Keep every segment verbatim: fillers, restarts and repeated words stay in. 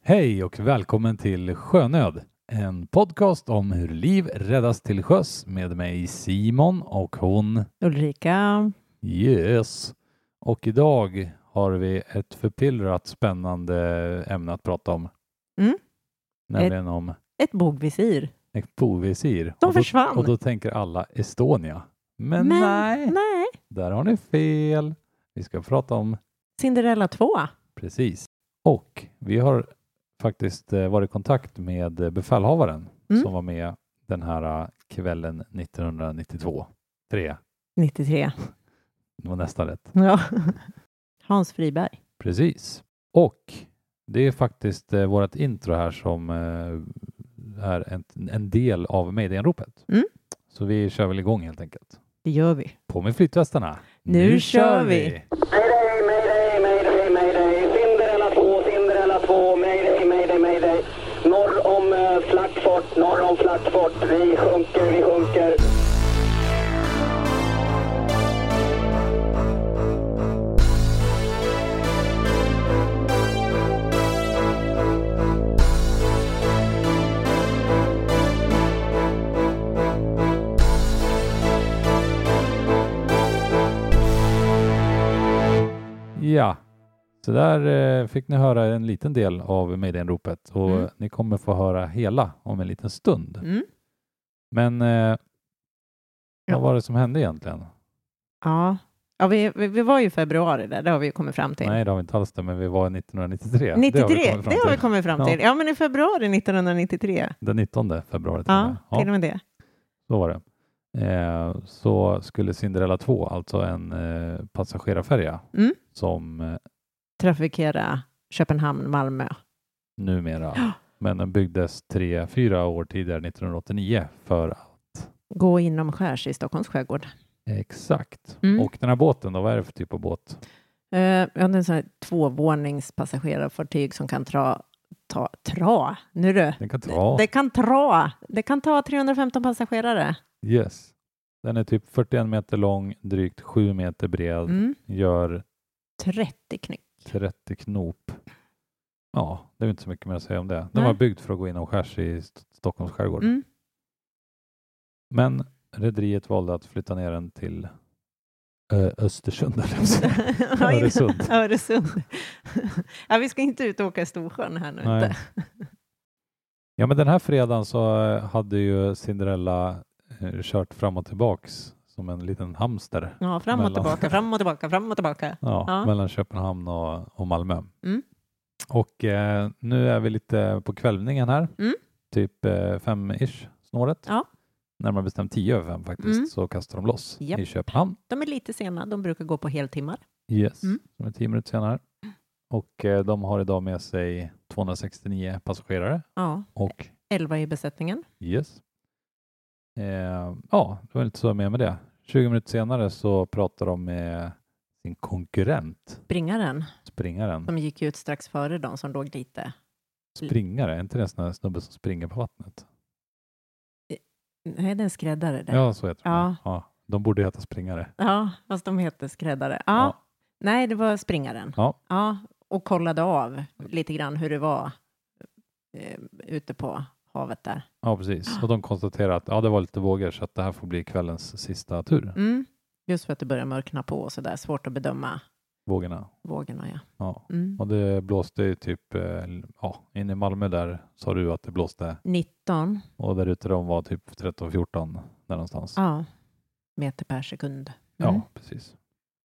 Hej och välkommen till Sjönöd, en podcast om hur liv räddas till sjöss med mig Simon och hon Ulrika. Yes. Och idag har vi ett förpillrat spännande ämne att prata om. Mm. Nämligen om Ett bogvisir. ett bogvisir. De och, då, försvann. och då tänker alla Estonia. Men, Men nej, nej. där har ni fel. Vi ska prata om Cinderella två. precis. Och vi har faktiskt eh, varit i kontakt med eh, befälhavaren Mm. som var med den här eh, kvällen nittonhundranittiotvå. Tre. nittiotre. Det var nästan rätt. Ja. Hans Friberg. Precis. Och det är faktiskt eh, vårt intro här som eh, är en, en del av Mayday-anropet. Mm. Så vi kör väl igång helt enkelt. Det gör vi. På med flytvästarna. Nu kör vi. Mayday, mayday, mayday, mayday. Cinderella två, Cinderella två. Mayday, mayday, mayday. Norr om uh, Flackfort, norr om Flackfort. Vi sjunker, vi sjunker. Ja, så där eh, fick ni höra en liten del av Mayday-anropet och Mm. ni kommer få höra hela om en liten stund. Mm. Men eh, Ja. vad var det som hände egentligen? Ja. Ja, vi, vi, vi var ju i februari där. Det har vi ju kommit fram till. Nej, det har vi inte alls det, men vi var nittonhundranittiotre. nittiotre. Det har vi kommit fram Det har vi till. kommit fram Ja. till. Ja, men i februari nittonhundranittiotre. Den nittonde februari. till och Ja, med. till och med det. Så var det. Eh, så skulle Cinderella två, alltså en eh, passagerarfärja Mm. som eh, Trafikera Köpenhamn, Malmö. numera, men den byggdes tre, fyra år tidigare, nittonhundraåttionio, för Gå inom skärs i Stockholms skärgård. exakt. Mm. Och den här båten då, vad är det för typ av båt? Uh, ja, det är en sån här tvåvåningspassagerarfartyg som kan tra, ta, tra, nu du. Den kan ta, Det kan tra, det kan ta trehundrafemton passagerare. yes. Den är typ fyrtioen meter lång, drygt sju meter bred, Mm. gör trettio knyck. trettio knop. Ja, det är inte så mycket mer att säga om det. Den Nej. var byggd för att gå inom skärs i St- Stockholms skärgård. Mm. Men rederiet valde att flytta ner den till Ö- Östersund. eller vad säger jag? Öresund. Öresund. Ja, vi ska inte ut och åka i Storsjön här nu. Nej. Inte. Ja, men den här fredagen så eh, hade ju Cinderella eh, kört fram och tillbaks som en liten hamster. Ja, fram och Mellan- tillbaka, fram och tillbaka, fram och tillbaka. Ja, Ja. mellan Köpenhamn och, och Malmö. Mm. Och eh, nu är vi lite på kvällningen här. Mm. Typ eh, fem-ish snåret. Ja. Närmare bestämt tio över fem faktiskt. Mm. Så kastar de loss Japp. i Köpenhamn. De är lite sena, de brukar gå på heltimmar. Yes, Mm. som är tio minuter senare. Och eh, de har idag med sig tvåhundrasextionio passagerare. Ja, Och elva i besättningen. yes. Eh, ja, det var inte så med med det. tjugo minuter senare så pratar de med sin konkurrent, Springaren, springaren. som gick ut strax före dem som låg lite. Springare, är inte det en sån här snubbe som springer på vattnet? Nej, det är en skräddare där. Ja, så heter de. Ja. Ja, de borde heta springare. Ja, fast de heter skräddare. Ja. Ja. Nej, det var springaren. Ja. Ja, och kollade av lite grann hur det var eh, ute på havet där. Ja, precis. Och de konstaterar att ja, det var lite vågor så att det här får bli kvällens sista tur. Mm. Just för att det börjar mörkna på och så där. Svårt att bedöma Vågorna. vågorna, ja. Ja. Mm. Och det blåste ju typ, eh, ja, in i Malmö där sa du att det blåste. nitton Och där ute de var typ tretton fjorton där någonstans. ja, meter per sekund. Ja, Mm. precis.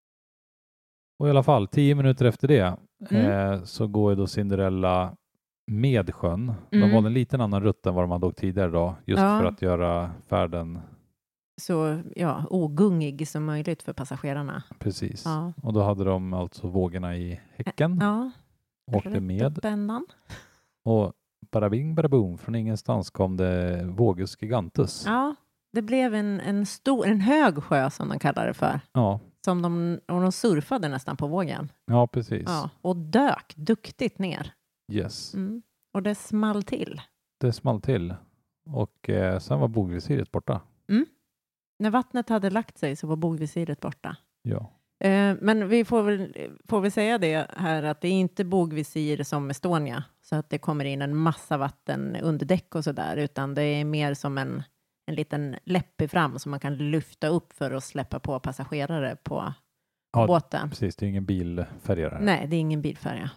Och i alla fall, tio minuter efter det Mm. eh, så går ju då Cinderella med sjön. De Mm. valde en liten annan rutt än vad de hade åkt tidigare då, just Ja. för att göra färden Så ja, ogungig som möjligt för passagerarna. precis. Ja. Och då hade de alltså vågorna i häcken, Ja, åkte rätt med upp ändan. och barabing baraboom, från ingenstans kom det Vågus gigantus. Ja, det blev en, en, stor, en hög sjö som de kallar det för. Ja, Som de, och de surfade nästan på vågen. ja precis. Ja, och dök duktigt ner. Yes. Mm. Och det small till. Det small till. Och eh, sen var bogvisiret borta. När vattnet hade lagt sig så var bogvisiret borta. Ja. Eh, men vi får väl, får väl säga det här att det är inte bogvisir som Estonia. Så att det kommer in en massa vatten under däck och sådär. Utan det är mer som en, en liten läpp i fram som man kan lyfta upp för att släppa på passagerare på Ja, båten. precis. Det är ingen bilfärja där. Nej, det är ingen bilfärja.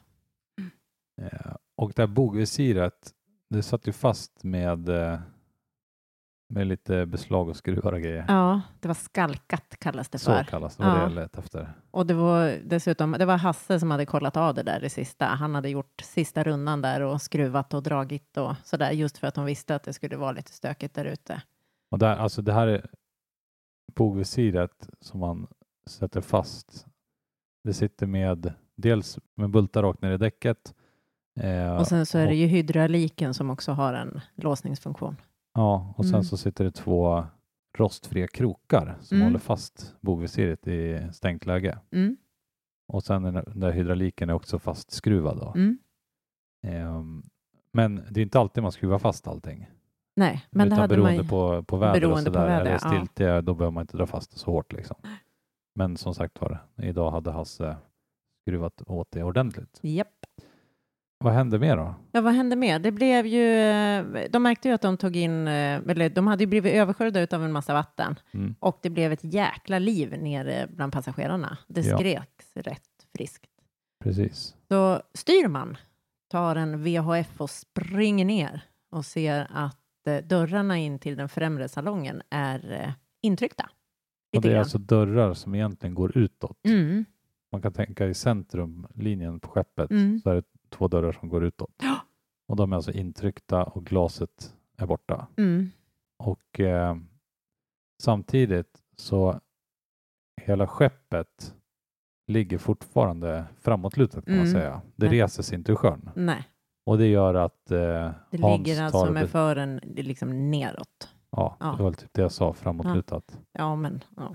Eh, och det här bogvisiret, det satt ju fast med, eh, med lite beslag och skruvar och grejer. Ja, det var skalkat kallas det Så för. kallas det, var Ja. det jag lät efter. Och det var dessutom, det var Hasse som hade kollat av det där i sista. Han hade gjort sista rundan där och skruvat och dragit och sådär just för att de visste att det skulle vara lite stökigt där ute. Och där, alltså det här är bogvisiret som man sätter fast. Det sitter med dels med bultar rakt ner i däcket. Eh, Och sen så är det och, ju hydrauliken som också har en låsningsfunktion. Ja, och sen Mm. så sitter det två rostfria krokar som Mm. håller fast bogvisiret i stängt läge. Mm. Och sen är den där hydrauliken är också fastskruvad då. Mm. Ehm, men det är inte alltid man skruvar fast allting. Nej, men det Utan hade beroende man ju... på, på väder och beroende på sådär. väder, Eller ja. stiltje, då behöver man inte dra fast det så hårt liksom. Men som sagt var, idag hade Hasse skruvat åt det ordentligt. Japp. Vad hände mer då? Ja, vad hände mer? Det blev ju... eh, De märkte ju att de tog in... eh, Eller de hade ju blivit översköljda av en massa vatten. Mm. Och det blev ett jäkla liv nere bland passagerarna. Det Ja. skreks rätt friskt. Precis. Så styrman tar en V H F och springer ner och ser att eh, dörrarna in till den främre salongen är eh, intryckta. Och Lite det är grann. alltså dörrar som egentligen går utåt. Mm. Man kan tänka i centrumlinjen på skeppet Mm. så är det två dörrar som går utåt. Ja. Och de är alltså intryckta och glaset är borta. Mm. Och eh, samtidigt så hela skeppet ligger fortfarande framåtlutat kan man Mm. säga. Det Nej. reser sig inte ur sjön. Nej, Och det gör att eh, det Hans ligger alltså tar med det- fören liksom neråt. Ja, Ja. det var väl typ det jag sa, framåtlutat. Ja, men ja.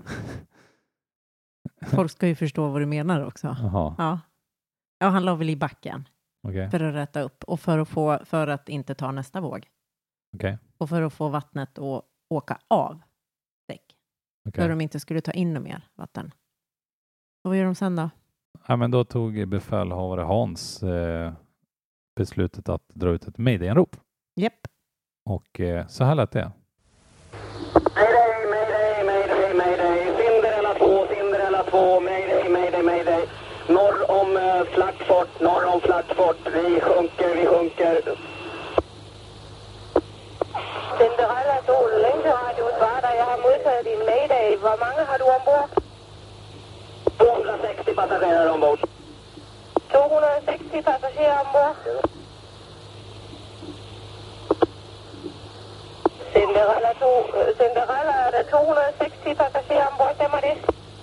Folk ska ju förstå vad du menar också. Jaha, Ja, ja han la väl i backen okej. för att rätta upp och för att, få, för att inte ta nästa våg. Okej. Och för att få vattnet att åka av däck. okej. För att de inte skulle ta in mer vatten. Och vad gör de sen då? Ja, men då tog befälhavare Hans eh, beslutet att dra ut ett mayday-anrop. Japp. Och eh, så här lät det. Mayday, mayday, mayday, mayday. Cinderella två, Cinderella två, mayday, mayday, mayday. Norr om uh, Flackfort, norr om Flackfort. Vi sjunker, vi sjunker. Cinderella två, Länkradio svarar. Jag har mottagit din mayday. Hur många har du ombord? tvåhundrasextio passagerare ombord. tvåhundrasextio passagerare ombord. Cinderella två, Cinderella är det tvåhundrasextio passagerare ombord, stämmer det?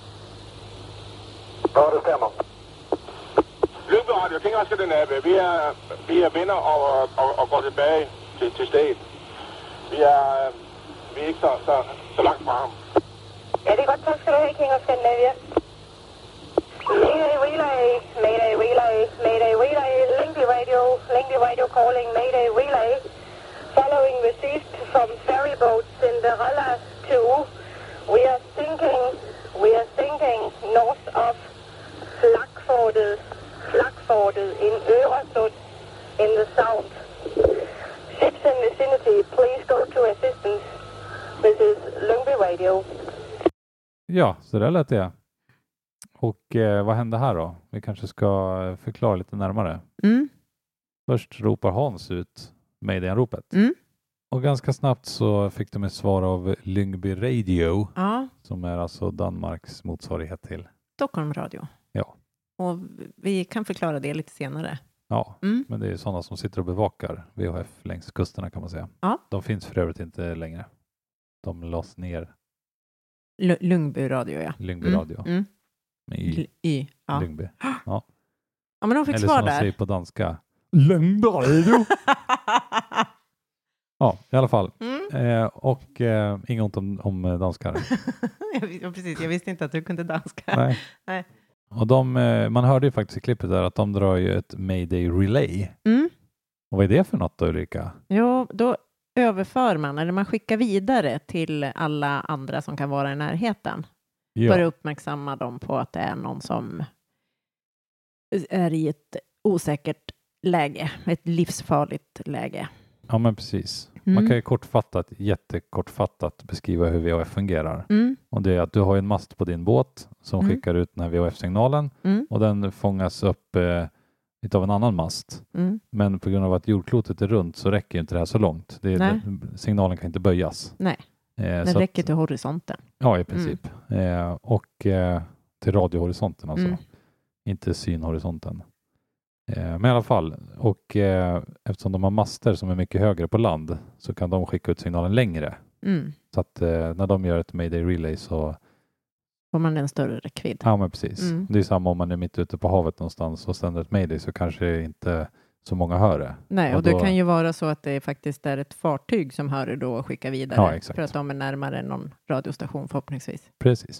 Ja, det stämmer. Lyngby-radio, King Oscar Denave. Vi er, vi er venner og, og, og går tilbage til, til stedet. Vi er, vi er ikke så, så, så langt fra ham. Ja, det är gott. Tack ska du ha, King of Scandinavia. Mayday relay, Mayday relay, Mayday relay, Lingby radio, Lingby radio calling, Mayday relay. Following received from ferry boat Cinderella two. We are sinking, we are sinking north of Flackfortet, Flackfortet in Öresund in the south. Ships in vicinity, please go to assistance. This is Lingby radio. Ja, så där lät det. Och eh, vad hände här då? Vi kanske ska förklara lite närmare. Mm. Först ropar Hans ut mayday-anropet. Mm. Och ganska snabbt så fick de ett svar av Lyngby Radio Ja, som är alltså Danmarks motsvarighet till. Stockholm radio. Ja. Och vi kan förklara det lite senare. Ja, Mm. men det är sådana som sitter och bevakar V H F längs kusterna kan man säga. Ja. De finns för övrigt inte längre. De lades ner, L- Lungby radio, ja. Lyngby Mm. Radio. Mm. Med y, L- y, ja. Lyngby. Ja, men de fick Eller svar som de säger där. på danska. Lyngby Radio. Ja, i alla fall. Mm. Eh, och eh, inget ont om, om eh, danskar. Jag vis- ja, precis, jag visste inte att du kunde danska. Nej. Nej. Och de, eh, man hörde ju faktiskt i klippet där att de drar ju ett Mayday Relay. Mm. Och vad är det för något då, Ulrika? Jo, då överför man, eller man skickar vidare till alla andra som kan vara i närheten. Ja. börja uppmärksamma dem på att det är någon som är i ett osäkert läge, ett livsfarligt läge. Ja, men precis. Mm. Man kan ju kortfattat, jättekortfattat beskriva hur V H F fungerar. Mm. Och det är att du har en mast på din båt som Mm. skickar ut den här V H F-signalen Mm. och den fångas upp eh, av en annan mast. Mm. Men på grund av att jordklotet är runt så räcker inte det här så långt. Det är, Nej. det, signalen kan inte böjas. Nej, Eh, den så räcker att, till horisonten. ja, i princip. Eh, och eh, till radiohorisonten alltså. Mm. Inte synhorisonten. Eh, men i alla fall, och eh, eftersom de har master som är mycket högre på land så kan de skicka ut signalen längre. Mm. Så att eh, när de gör ett Mayday Relay så, Får man en större räckvidd. ja men precis. Mm. Det är samma om man är mitt ute på havet någonstans och sänder ett Mayday så kanske inte så många hör det. Nej, och, och det då- kan ju vara så att det faktiskt är ett fartyg som hör det då och skickar vidare. Ja, exakt. För att de är närmare någon radiostation förhoppningsvis. Precis.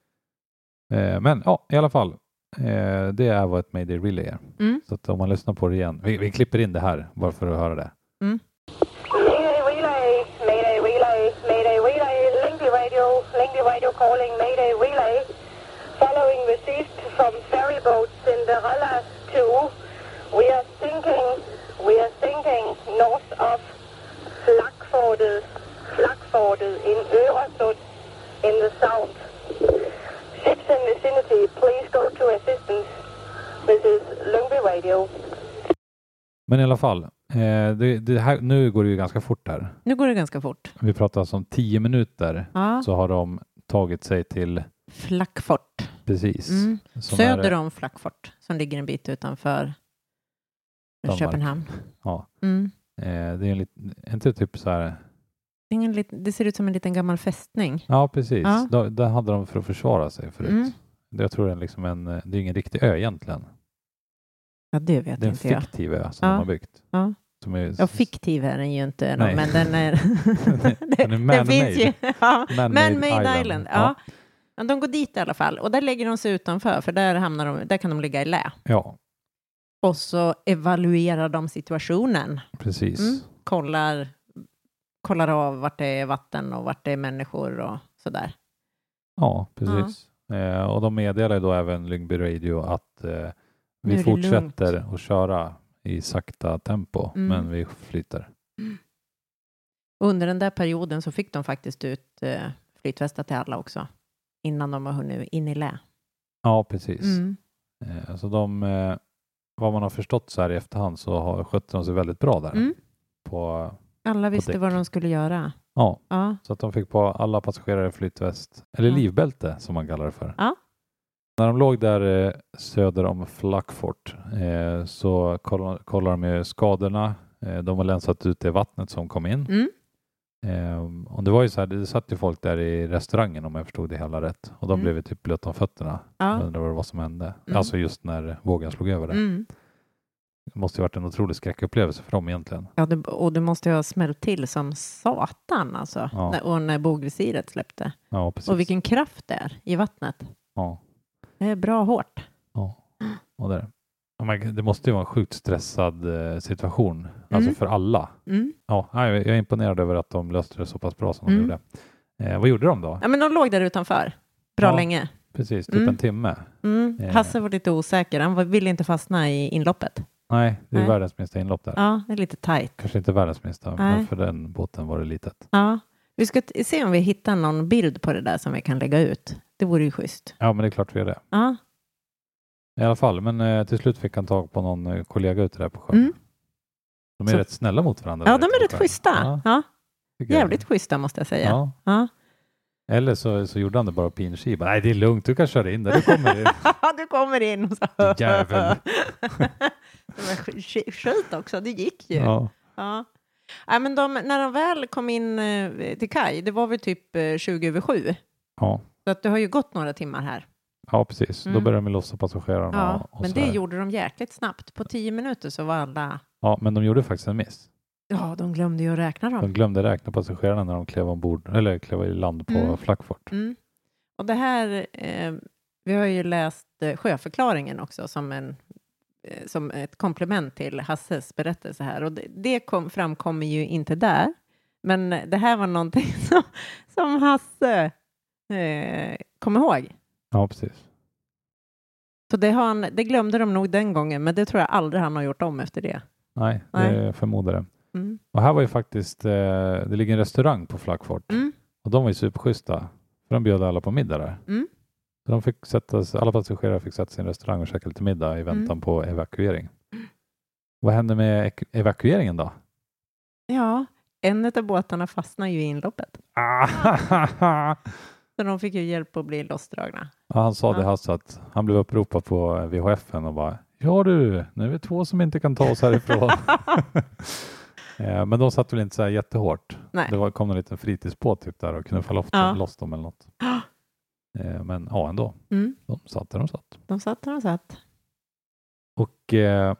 eh, men ja, i alla fall. Eh, det är vad ett Mayday Relay är. Mm. Så att om man lyssnar på det igen. Vi, vi klipper in det här bara för att höra det. Mayday relay, Mayday relay, Mayday relay, Linky radio, Linky radio calling Mayday relay. Following received from ferry boat Cinderella two. We are sinking, we are sinking north of Flackfordet, Flackfordet in Öresund in the south. Ships in vicinity, please go to assistance. This is Lungby radio. Men i alla fall. Eh, det, det här, nu går det ju ganska fort här. Nu går det ganska fort. Vi pratar alltså om tio minuter Ja, så har de tagit sig till Flackfort. precis. Mm. som Söder är- om Flackfort som ligger en bit utanför Danmark. Köpenhamn. Ja, Mm. eh, det är en liten, inte typ så här. Ingen lit, det ser ut som en liten gammal fästning. Ja, precis. Ja. Då, där hade de för att försvara sig förut. Mm. Det- Jag tror det är liksom en, det är ingen riktig ö egentligen. Ja, det vet Det är en inte jag. fiktiv ö som Ja. de har byggt. Ja. Som är, Ja, fiktiv är den ju inte, då, Nej. men den är... Den är man-made. finns ju. Ja, Man-made Man-made Island. Island. Ja. Men de går dit i alla fall. Och där lägger de sig utanför, för där, hamnar de, där kan de ligga i lä. Ja, Och så evaluerar de situationen. precis. Mm. Kollar, kollar av vart det är vatten och vart det är människor och sådär. Ja, precis. Eh, och de meddelar ju då även Lyngby Radio att eh, Nu vi är det fortsätter lugnt. att köra i sakta tempo, Mm. men vi flyter. Under den där perioden så fick de faktiskt ut eh, flytvästar till alla också. Innan de har hunnit in i lä. Ja, precis. Mm. Eh, så de, eh, vad man har förstått så här i efterhand så har skötte de sig väldigt bra där. Mm. På, Alla visste däck. vad de skulle göra. ja, Ja. så att de fick på alla passagerare flytväst, eller Ja. livbälte som man kallar det för. Ja. När de låg där eh, söder om Flackfort eh, så kollar, kollar de ju skadorna. Eh, de har länsat ut det vattnet som kom in. Mm. Eh, och det var ju så här, det satt ju folk där i restaurangen om jag förstod det hela rätt. Och de Mm. blev ju typ blöta om fötterna. Jag Ja. undrar vad som hände. Mm. Alltså just när vågen slog över det. Mm. Det måste ju varit en otrolig skräckupplevelse för dem egentligen. Ja, det, och det måste ju ha smält till som satan alltså. Ja. När, och när bogvisiret släppte. Ja, precis. Och vilken kraft det är i vattnet. Ja, Det är bra hårt. ja. Och där. Ja, men det måste ju vara en sjukt stressad eh, situation. Alltså Mm. för alla. Mm. Ja, nej, jag är imponerad över att de löste det så pass bra som de Mm. gjorde. Eh, vad gjorde de då? Ja, men de låg där utanför. Bra Ja. länge. Precis, typ Mm. en timme. Mm. Eh. Hasse var lite osäker. Han var- ville inte fastna i inloppet. Nej, det är Nej. världens minsta inlopp där. Ja, det är lite tajt. Kanske inte världens minsta, Nej. men för den båten var det litet. Ja. Vi ska t- se om vi hittar någon bild på det där som vi kan lägga ut. Det vore ju schysst. Ja, men det är klart vi gör det. Ja. I alla fall, men eh, till slut fick han tag på någon eh, kollega ute där på sjön. Mm. De är Så- rätt snälla mot varandra. Ja, där de ute är på rätt sjön. schyssta. Ja, Ja. tycker jag. Jävligt schyssta måste jag säga. Ja. Ja. Eller så, så gjorde han det bara på inskiva. Nej, det är lugnt, du kan köra in där. Du kommer in. Du kommer in och så... Jävel. Det var sk- skit också, det gick ju. Ja. Ja. Nej, men de, när de väl kom in eh, till kaj, det var väl typ eh, tjugo över sju. Ja. Så att det har ju gått några timmar här. ja, precis. Då Mm. började de lossa passagerarna. Ja, och men så det här. gjorde de jäkligt snabbt. På tio minuter så var alla... Ja, men de gjorde faktiskt en miss. Ja, de glömde ju att räkna dem. De glömde räkna passagerarna när de klev ombord, eller klev i land på Mm. Flackfort. Mm. Och det här, eh, vi har ju läst eh, sjöförklaringen också som, en, eh, som ett komplement till Hasses berättelse här. Och det, det kom, framkommer ju inte där. Men det här var någonting som, som Hasse eh, kom ihåg. Ja, precis. Så det, har han, det glömde de nog den gången, men det tror jag aldrig han har gjort om efter det. Nej, Nej. det förmodar det. Mm. Och här var ju faktiskt, eh, det ligger en restaurang på Flackfort. Mm. Och de var ju superschyssta. För de bjöd alla på middag där. Mm. Så de fick sätta, alla passagerare fick sätta sig i en restaurang och käka lite middag i väntan Mm. på evakuering. Vad hände med ek- evakueringen då? Ja, en av båtarna fastnade ju i inloppet. Ah, Så de fick ju hjälp att bli lossdragna. ja, han sa det Ja. här så att han blev uppropad på V H F och bara ja du, nu är vi två som inte kan ta oss härifrån. eh, men de satt väl inte så här jättehårt. Nej. Det var, kom en liten fritidsbåt typ där och kunde falla loss, Ja. loss dem eller något. Eh, men ja, ändå. Mm. De satt där de satt. De satt där de satt. Och eh,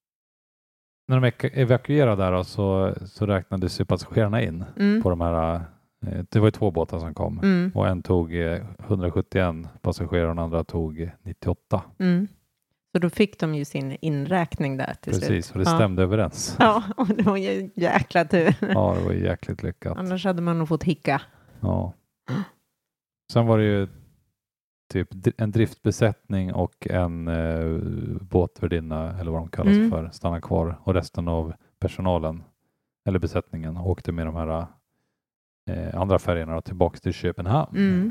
när de ek- evakuerade där då, så, så räknades ju passagerarna in Mm. på de här. Eh, det var ju två båtar som kom Mm. och en tog eh, hundrasjuttioen passagerare och den andra tog eh, nittioåtta. Mm. Så då fick de ju sin inräkning där till slut. Precis, och det Ja. stämde överens. Ja, och det var ju jäkla tur. Ja, det var ju jäkligt lyckat. Annars hade man nog fått hicka. Ja. Sen var det ju typ dr- en driftbesättning och en eh, båtvärdinna eller vad de kallas Mm. för stanna kvar och resten av personalen eller besättningen åkte med de här eh, andra färgerna tillbaka till Köpenhamn. Mm.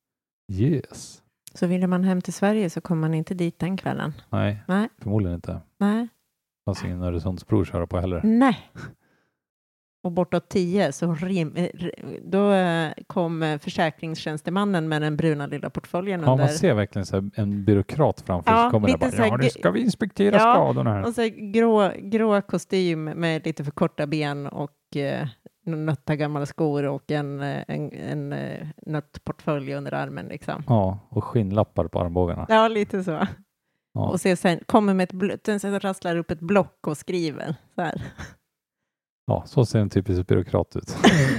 Yes. Så ville man hem till Sverige så kom man inte dit den kvällen. Nej, Nej. förmodligen inte. Nej. Det fanns ingen Öresundsbro att köra på heller. Nej. Och bortåt tio så rim, eh, r- då eh, kom eh, försäkringstjänstemannen med den bruna lilla portföljen Ja, under. man ser verkligen så här en byråkrat framför Ja, sig kommer där lite bara, så här ja, nu gr- ska vi inspektera Ja, skadorna här. Och så grå, grå kostym med lite för korta ben och eh, nötta gamla skor och en, eh, en, en eh, nött portfölj under armen liksom. Ja, och skinnlappar på armbågarna. Ja, lite så. Ja. Och så sen kommer med ett bl- sen så rasslar upp ett block och skriver så här. Ja, så ser en typisk byråkrat ut.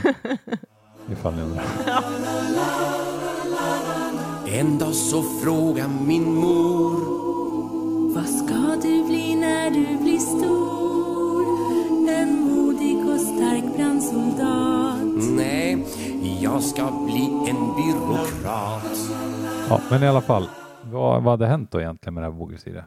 Ifall ni undrar. En dag så frågar min mor: Vad ska du bli när du blir stor? En modig och stark brandsoldat. Nej, jag ska bli en byråkrat. Ja, men i alla fall. Vad, vad hade hänt då egentligen med det här bogvisiret?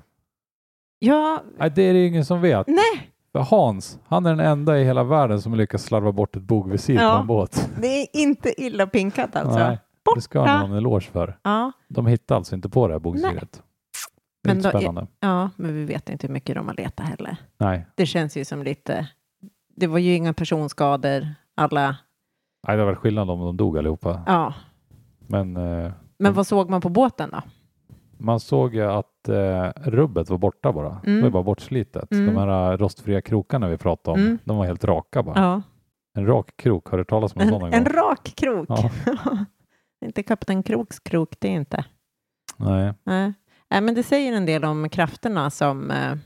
Ja, Nej, det är det ingen som vet. nej, För Hans, han är den enda i hela världen som lyckas slarva bort ett bogvisir Ja. på en båt. det är inte illa pinkat alltså. Nej, det ska han ha en eloge för. Ja, De hittade alltså inte på det här bogvisiret. Det är Men inte då är- spännande. ja, men vi vet inte hur mycket de har letat heller. Nej. Det känns ju som lite, det var ju inga personskador, alla, Nej, det var skillnad om de dog allihopa. ja. Men eh, Men vad såg man på båten då? man såg ju att eh, rubbet var borta bara. Mm. Det var bara bortslitet. Mm. De här rostfria krokarna vi pratade om, Mm. de var helt raka bara. Ja. En rak krok, har du talat om en En, sån någon en gång? rak krok. Ja. Inte Kapten Kroks krok, det är inte. Nej. Nej. Nej, men det säger en del om krafterna som, eh,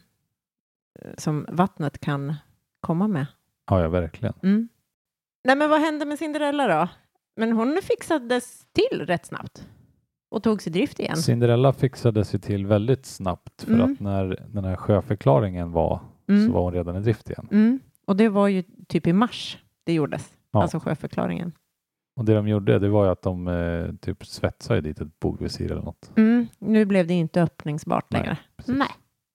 som vattnet kan komma med. Ja, ja, verkligen. Mm. Nej, men vad hände med Cinderella då? Men hon fixades till rätt snabbt och togs i drift igen. Cinderella fixade sig till väldigt snabbt för Mm. att när den här sjöförklaringen var Mm. så var hon redan i drift igen. Mm. Och det var ju typ i mars det gjordes, Ja. alltså sjöförklaringen. Och det de gjorde, det var ju att de eh, typ svetsade dit ett bogvisir eller något. Mm. Nu blev det inte öppningsbart Nej, längre. precis. Nej.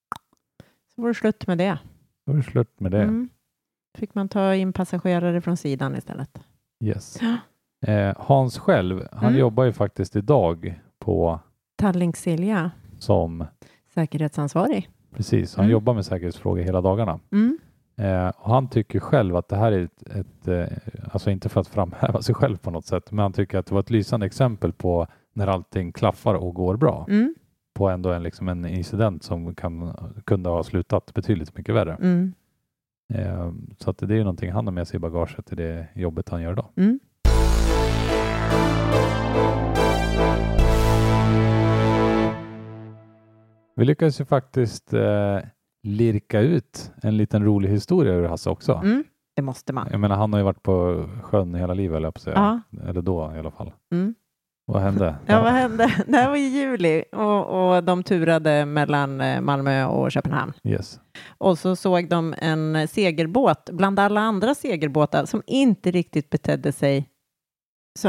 Så var det slut med det. Då var det slut med det. Mm. Fick man ta in passagerare från sidan istället. Yes. Ja. Eh, Hans själv, han Mm. jobbar ju faktiskt idag på Tallink Silja, som, säkerhetsansvarig. precis, han Mm. jobbar med säkerhetsfrågor hela dagarna. Mm. Eh, och han tycker själv att det här är ett, ett eh, alltså inte för att framhäva sig själv på något sätt, men han tycker att det var ett lysande exempel på när allting klaffar och går bra. Mm. På ändå en, liksom en incident som kan, kunde ha slutat betydligt mycket värre. Mm. Eh, så att det är ju någonting han har med sig i bagaget i det jobbet han gör idag. Mm. Vi lyckades ju faktiskt eh, lirka ut en liten rolig historia ur Hasse också. Mm. Det måste man. Jag menar, han har ju varit på sjön hela livet, eller på att säga. Eller då i alla fall. Mm. Vad hände? Ja, vad hände? Det här var i juli och, och de turade mellan eh, Malmö och Köpenhamn. Yes. Och så såg de en segerbåt bland alla andra segerbåtar som inte riktigt betedde sig som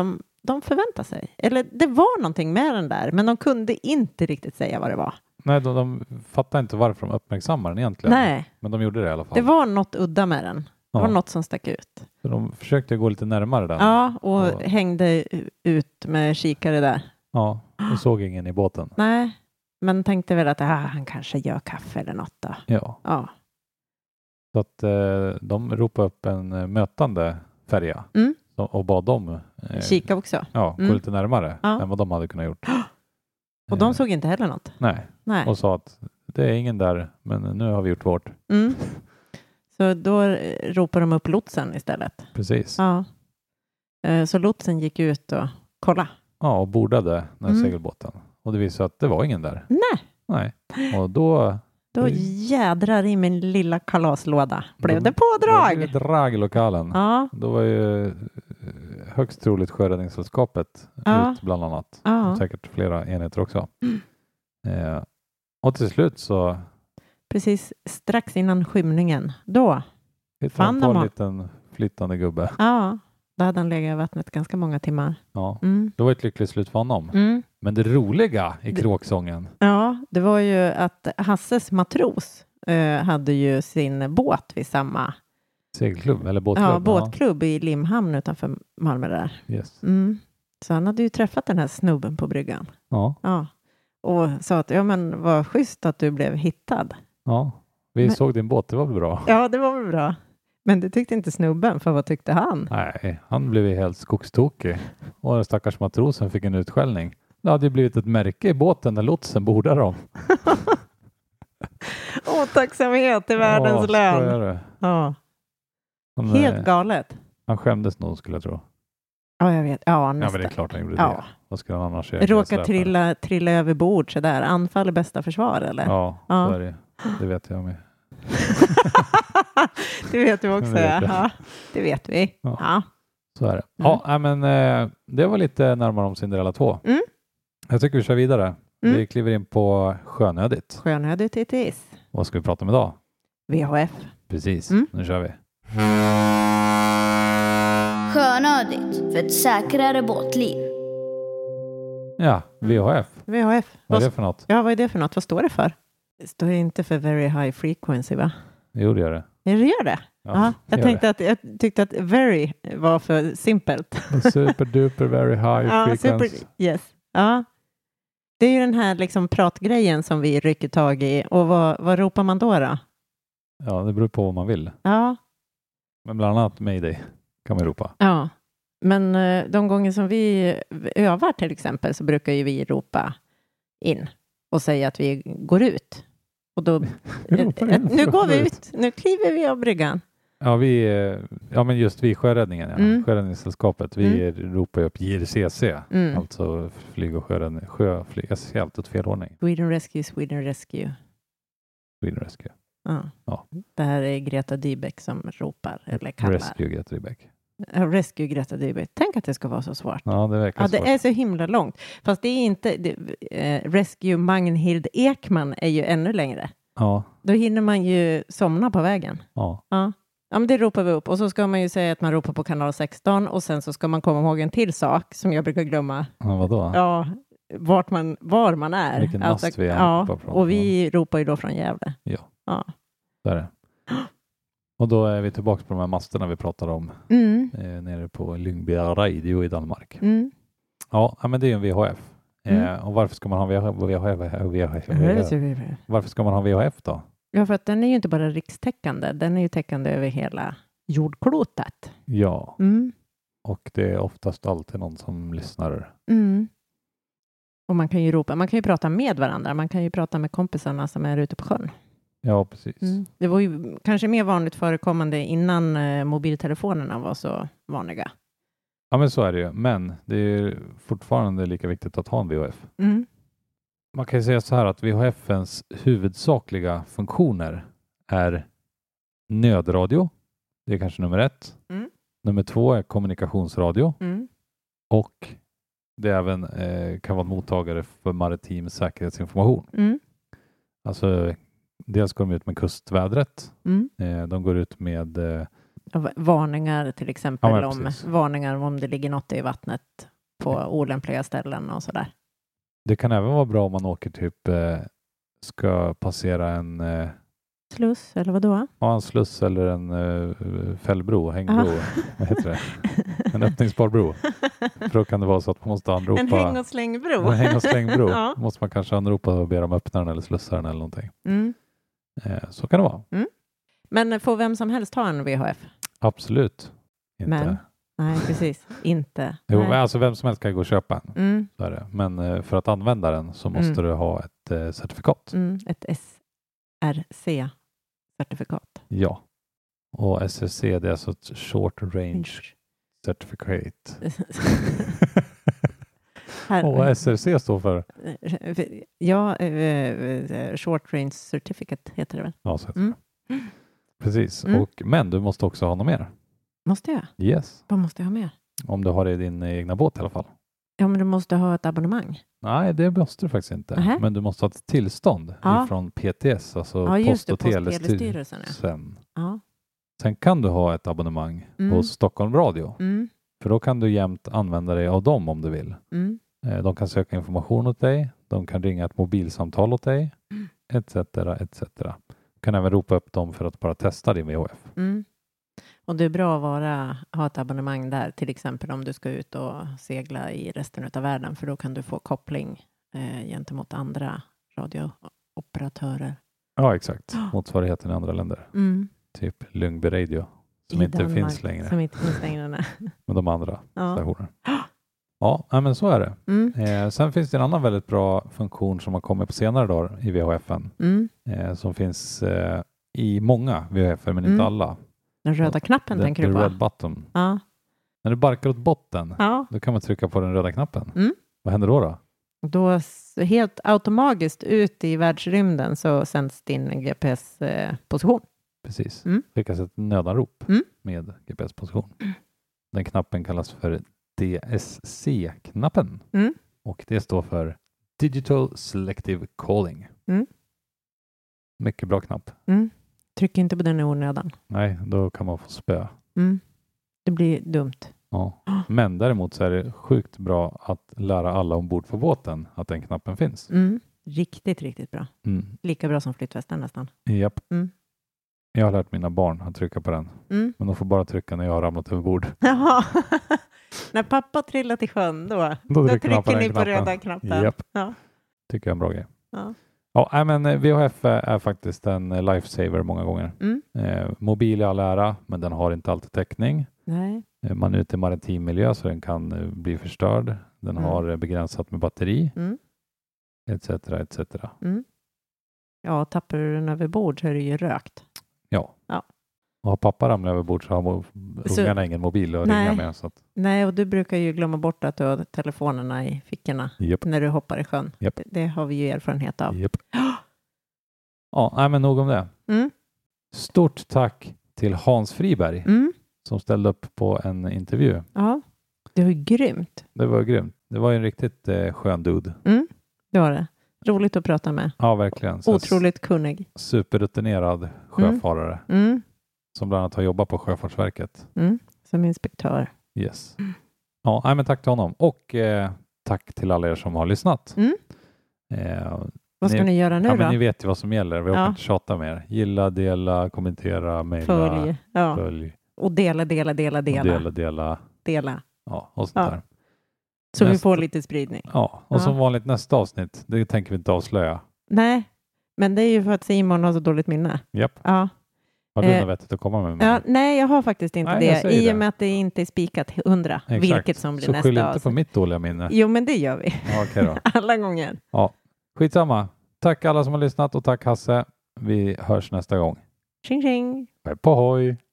de förväntar sig. Eller det var någonting med den där, men de kunde inte riktigt säga vad det var. Nej, de, de fattar inte varför de uppmärksammar den egentligen. Nej. Men de gjorde det i alla fall. Det var något udda med den. Det Ja. var något som stack ut. Så de försökte gå lite närmare den. Ja, och Och- hängde ut med kikare där. Ja, och såg ingen i båten. Nej, men tänkte väl att ah, han kanske gör kaffe eller något då. Ja, Ja. så att eh, de ropade upp en eh, mötande färja Mm. och, och bad dem eh, Kika också. ja, gå Mm. lite närmare Ja. än vad de hade kunnat gjort. Och de Eh, såg inte heller något. Nej, Nej. och sa att det är ingen där, men nu har vi gjort vårt. Mm. Så då eh, ropar de upp lotsen istället. Precis. Ja, Ja. Eh, Så lotsen gick ut och kolla. och bordade den här Mm. segelbåten. Och det visade att det var ingen där. Nej, Nej. Och då då Oj. jädrar i min lilla kalaslåda blev det Då blev pådrag. det drag i lokalen. Ja, Då var ju eh, högst troligt Sjöräddningssällskapet Ja. ut bland annat. ja. Och säkert flera enheter också. Eh, och till slut så Precis strax innan skymningen. Då, hittade Fann han de på en ha- liten flytande gubbe. ja, då hade han legat i vattnet ganska många timmar. Ja, Mm. det var ett lyckligt slut för honom. Mm. Men det roliga i Det- kråksången. Ja, det var ju att Hasses matros eh, hade ju sin båt vid samma Segelklubb eller båtklubb. ja, båtklubb i Limhamn utanför Malmö där. Ja, yes. Mm. Så han hade ju träffat den här snubben på bryggan. ja, Ja. Och sa att ja, men vad schysst att du blev hittad. ja. Vi Men- såg din båt, det var väl bra. Ja, det var väl bra. Men det tyckte inte snubben, för vad tyckte han? Nej, han blev ju helt skogstokig. Och den stackars matrosen fick en utskällning. Det hade ju blivit ett märke i båten när lotsen bordade dem. Otacksamhet till världens Åh, lön. skojar du? Ja, Han, helt eh, galet. han skämdes nog skulle jag tro. Ja, jag vet. Ja, Ja, nästan. men det är klart han gjorde Ja. det. Vad skulle han annars göra? Råkar Släpare. trilla, trilla över bord sådär. Anfall är bästa försvar, eller? Ja, Ja. så är det. Det vet jag med. Det vet du också, Det vet ja. jag. Ja, det vet vi. Ja. Ja. Så är det. Ja, nej, men eh, det var lite närmare om Cinderella två. Mm. Jag tycker vi kör vidare. Mm. Vi kliver in på sjönödigt. Sjönödigt it is. Vad ska vi prata om idag? V H F. Precis, Mm. nu kör vi. Sjönödigt för ett säkrare båtliv. Ja, V H F. V H F. Vad är Vad, det för något? ja, vad är det för något? Vad står det för? Det står inte för very high frequency, va? Jo, det gör det. Ja, det gör det. Ja, Ja, jag, gör tänkte att, jag tyckte att very var för simpelt. det. Super duper very high Ja, frequency. super, yes. Ja. Det är ju den här liksom pratgrejen som vi rycker tag i. Och vad, vad ropar man då då? Ja, det beror på vad man vill. Ja, Men bland annat Mayday kan man ropa. ja. Men eh, de gånger som vi övar till exempel så brukar ju vi ropa in och säga att vi går ut. Och då, Ropar eh, in, nu går vi ut. ut, nu kliver vi av bryggan. Ja, vi, eh, ja men just vi Sjöräddningen, ja. Mm. Sjöräddningssällskapet, vi ropar ju upp J R C C, Mm. alltså flyg och sjöräddning, sjöflyg, jag ser alltid åt fel ordning. Sweden Rescue, Sweden Rescue. Sweden Rescue. Ja. Ja. Det här är Greta Dybeck som ropar eller kallar. Rescue Greta Rybäck. Ja, Rescue Greta Dybeck. Tänk att det ska vara så svårt. Ja, det verkar Ja, svårt. det är så himla långt. Fast det är inte... Det, eh, Rescue Magnhild Ekman är ju ännu längre. Ja, Då hinner man ju somna på vägen. ja. Ja. Ja, men det ropar vi upp. Och så ska man ju säga att man ropar på kanal sexton. Och sen så ska man komma ihåg en till sak som jag brukar glömma. ja vadå? Ja, vart man, var man är. Vilken mast vi är ja, ropar från. och vi ropar ju då från Gävle. Ja. Ja. Så är det. Och då är vi tillbaka på de här masterna vi pratade om Mm. eh, nere på Lyngby Radio i Danmark. Mm. Ja, ja, men det är ju en V H F. Eh, Mm. och varför ska man ha V H F? V H F, V H F, V H F? Varför ska man ha V H F då? Ja, för att den är ju inte bara rikstäckande. Den är ju täckande över hela jordklotet. Ja, Mm. och det är oftast alltid någon som lyssnar. Mm. Och man kan ju ropa, man kan ju prata med varandra. Man kan ju prata med kompisarna som är ute på sjön. Ja, precis. Mm. Det var ju kanske mer vanligt förekommande innan eh, mobiltelefonerna var så vanliga. Ja, men så är det ju. Men det är fortfarande lika viktigt att ha en V H F. Mm. Man kan ju säga så här att V H F:s huvudsakliga funktioner är nödradio. Det är kanske nummer ett. Mm. Nummer två är kommunikationsradio. Mm. Och det även eh, kan vara mottagare för maritim säkerhetsinformation. Mm. Alltså dels går de ut med kustvädret. Mm. Eh, de går ut med eh, Och va- varningar till exempel Ja, men om precis. varningar om det ligger något i vattnet på olämpliga ställen och sådär. Det kan även vara bra om man åker typ eh, ska passera en eh, Sluss, eller vad då? ja, en sluss eller en eh, fällbro, hängbro, Aha. vad heter det? En öppningsbar bro. För då kan det vara så att man måste anropa En häng- och slängbro. en häng- och slängbro. Ja. Måste man kanske anropa och be dem öppna den eller slussa den eller någonting. Mm. Eh, så kan det vara. Men får vem som helst ha en V H F? Absolut. Inte. Men, nej, precis. Inte. Jo, Nej. men alltså vem som helst kan gå och köpa en. Mm. Så är det. Men eh, för att använda den så måste Mm. du ha ett eh, certifikat. Mm. Ett S R C-certifikat. Ja. Och S R C det är alltså ett short range certificate. Här- Och vad S R C står för? Ja, eh, short range certificate heter det väl? Ja, så heter Mm. det. Precis. Mm. Och, men du måste också ha något mer. Måste jag? Yes. Vad måste jag ha mer? Om du har det i din egna båt i alla fall. Ja, men du måste ha ett abonnemang. Nej, det måste du faktiskt inte. Nähä. Men du måste ha ett tillstånd Ja. från P T S, alltså Ja, just Post- och det, Post- och telestyrelsen, telestyrelsen. Ja. Sen kan du ha ett abonnemang Mm. hos Stockholm Radio. Mm. För då kan du jämt använda dig av dem om du vill. Mm. Eh, De kan söka information åt dig. De kan ringa ett mobilsamtal åt dig. Mm. Etc. etc. Du kan även ropa upp dem för att bara testa din V H F. Mm. Och det är bra att vara, ha ett abonnemang där, till exempel om du ska ut och segla i resten av världen, för då kan du få koppling eh, gentemot andra radiooperatörer. Ja, exakt. Motsvarigheten i andra länder. Mm. Typ Lundby Radio. Som I inte Danmark, finns längre. Som inte finns längre. Nej. Med de andra Ja. stationerna. Ja, nej, men så är det. Mm. Eh, sen finns det en annan väldigt bra funktion som har kommit på senare dagar i V H F-en. Mm. Eh, som finns eh, i många V H F-er men Mm. inte alla. Den röda knappen The, tänker the du på? red button. Ja. När du barkar åt botten, Ja. då kan man trycka på den röda knappen. Mm. Vad händer då? då? Då s- helt automatiskt ut i världsrymden så sänds din G P S-position. Precis. Mm. Skickas ett nödanrop Mm. med G P S-position. Den knappen kallas för D S C-knappen. Mm. Och det står för Digital Selective Calling. Mm. Mycket bra knapp. Mm. Tryck inte på den i onödan. Nej, då kan man få spö. Mm. Det blir dumt. Ja. Men däremot så är det sjukt bra att lära alla ombord på båten att den knappen finns. Mm. Riktigt, riktigt bra. Mm. Lika bra som flytvästen nästan. Japp. Mm. Jag har lärt mina barn att trycka på den. Mm. Men de får bara trycka när jag har ramlat över bord. Jaha. När pappa trillat i sjön, då, då, Då trycker man på trycker den ni på knappen. röda knappen. Japp. Ja. Tycker jag är en bra grej. Ja. Ja, nej, men eh, V H F är är faktiskt en eh, lifesaver många gånger. Mm. Eh, mobil i all ära, men den har inte alltid täckning. Nej. Eh, man är ute i maritim miljö så den kan eh, bli förstörd. Den Mm. har eh, begränsat med batteri. Mm. Etc. etc. Mm. Ja, tappar du den över bord så är det ju rökt. Ja. Ja. Och har pappa ramlat över bord så har mo- Så- ungarna ingen mobil att Nej. ringa med. Så att, Nej, och du brukar ju glömma bort att du har telefonerna i fickorna japp, när du hoppar i sjön. Japp. Det, det har vi ju erfarenhet av. japp. Ja, nej, men nog om det. Mm. Stort tack till Hans Friberg Mm. som ställde upp på en intervju. Ja, det var ju grymt. Det var grymt. Det var ju en riktigt eh, skön dude. Mm. Det var det. Roligt att prata med. Ja, verkligen. Så Otroligt kunnig. superrutinerad sjöfarare Mm. som bland annat har jobbat på Sjöfartsverket. Mm. Som inspektör. Yes. Ja, nej, men tack till honom och eh, tack till alla er som har lyssnat. Mm. Eh, Vad ska Ni- ni, göra nu ja, då? men ni vet ju vad som gäller. Vi orkar Ja. inte tjata mer. Gilla, dela, kommentera, mejla, Följ. Ja. följ Och dela, dela, dela, och dela. dela, dela. Dela. Ja, och sånt Ja. där. Så vi Nästa- får lite spridning. Ja, och Ja. som vanligt nästa avsnitt, det tänker vi inte avslöja. Nej, men det är ju för att Simon har så dåligt minne. Japp. Ja. Har du Eh, något vettigt att komma med? Ja, Maria? nej, jag har faktiskt inte Nej, jag det. säger I det. och med att det inte är spikat hundra. Exakt. Vilket som blir Så nästa skyll inte avsnitt. på mitt dåliga minne. Jo, men det gör vi. Ja, okej då. Alla gånger. Skitsamma. Tack alla som har lyssnat och tack Hasse. Vi hörs nästa gång. Tjing, tjing. Hej på hoj!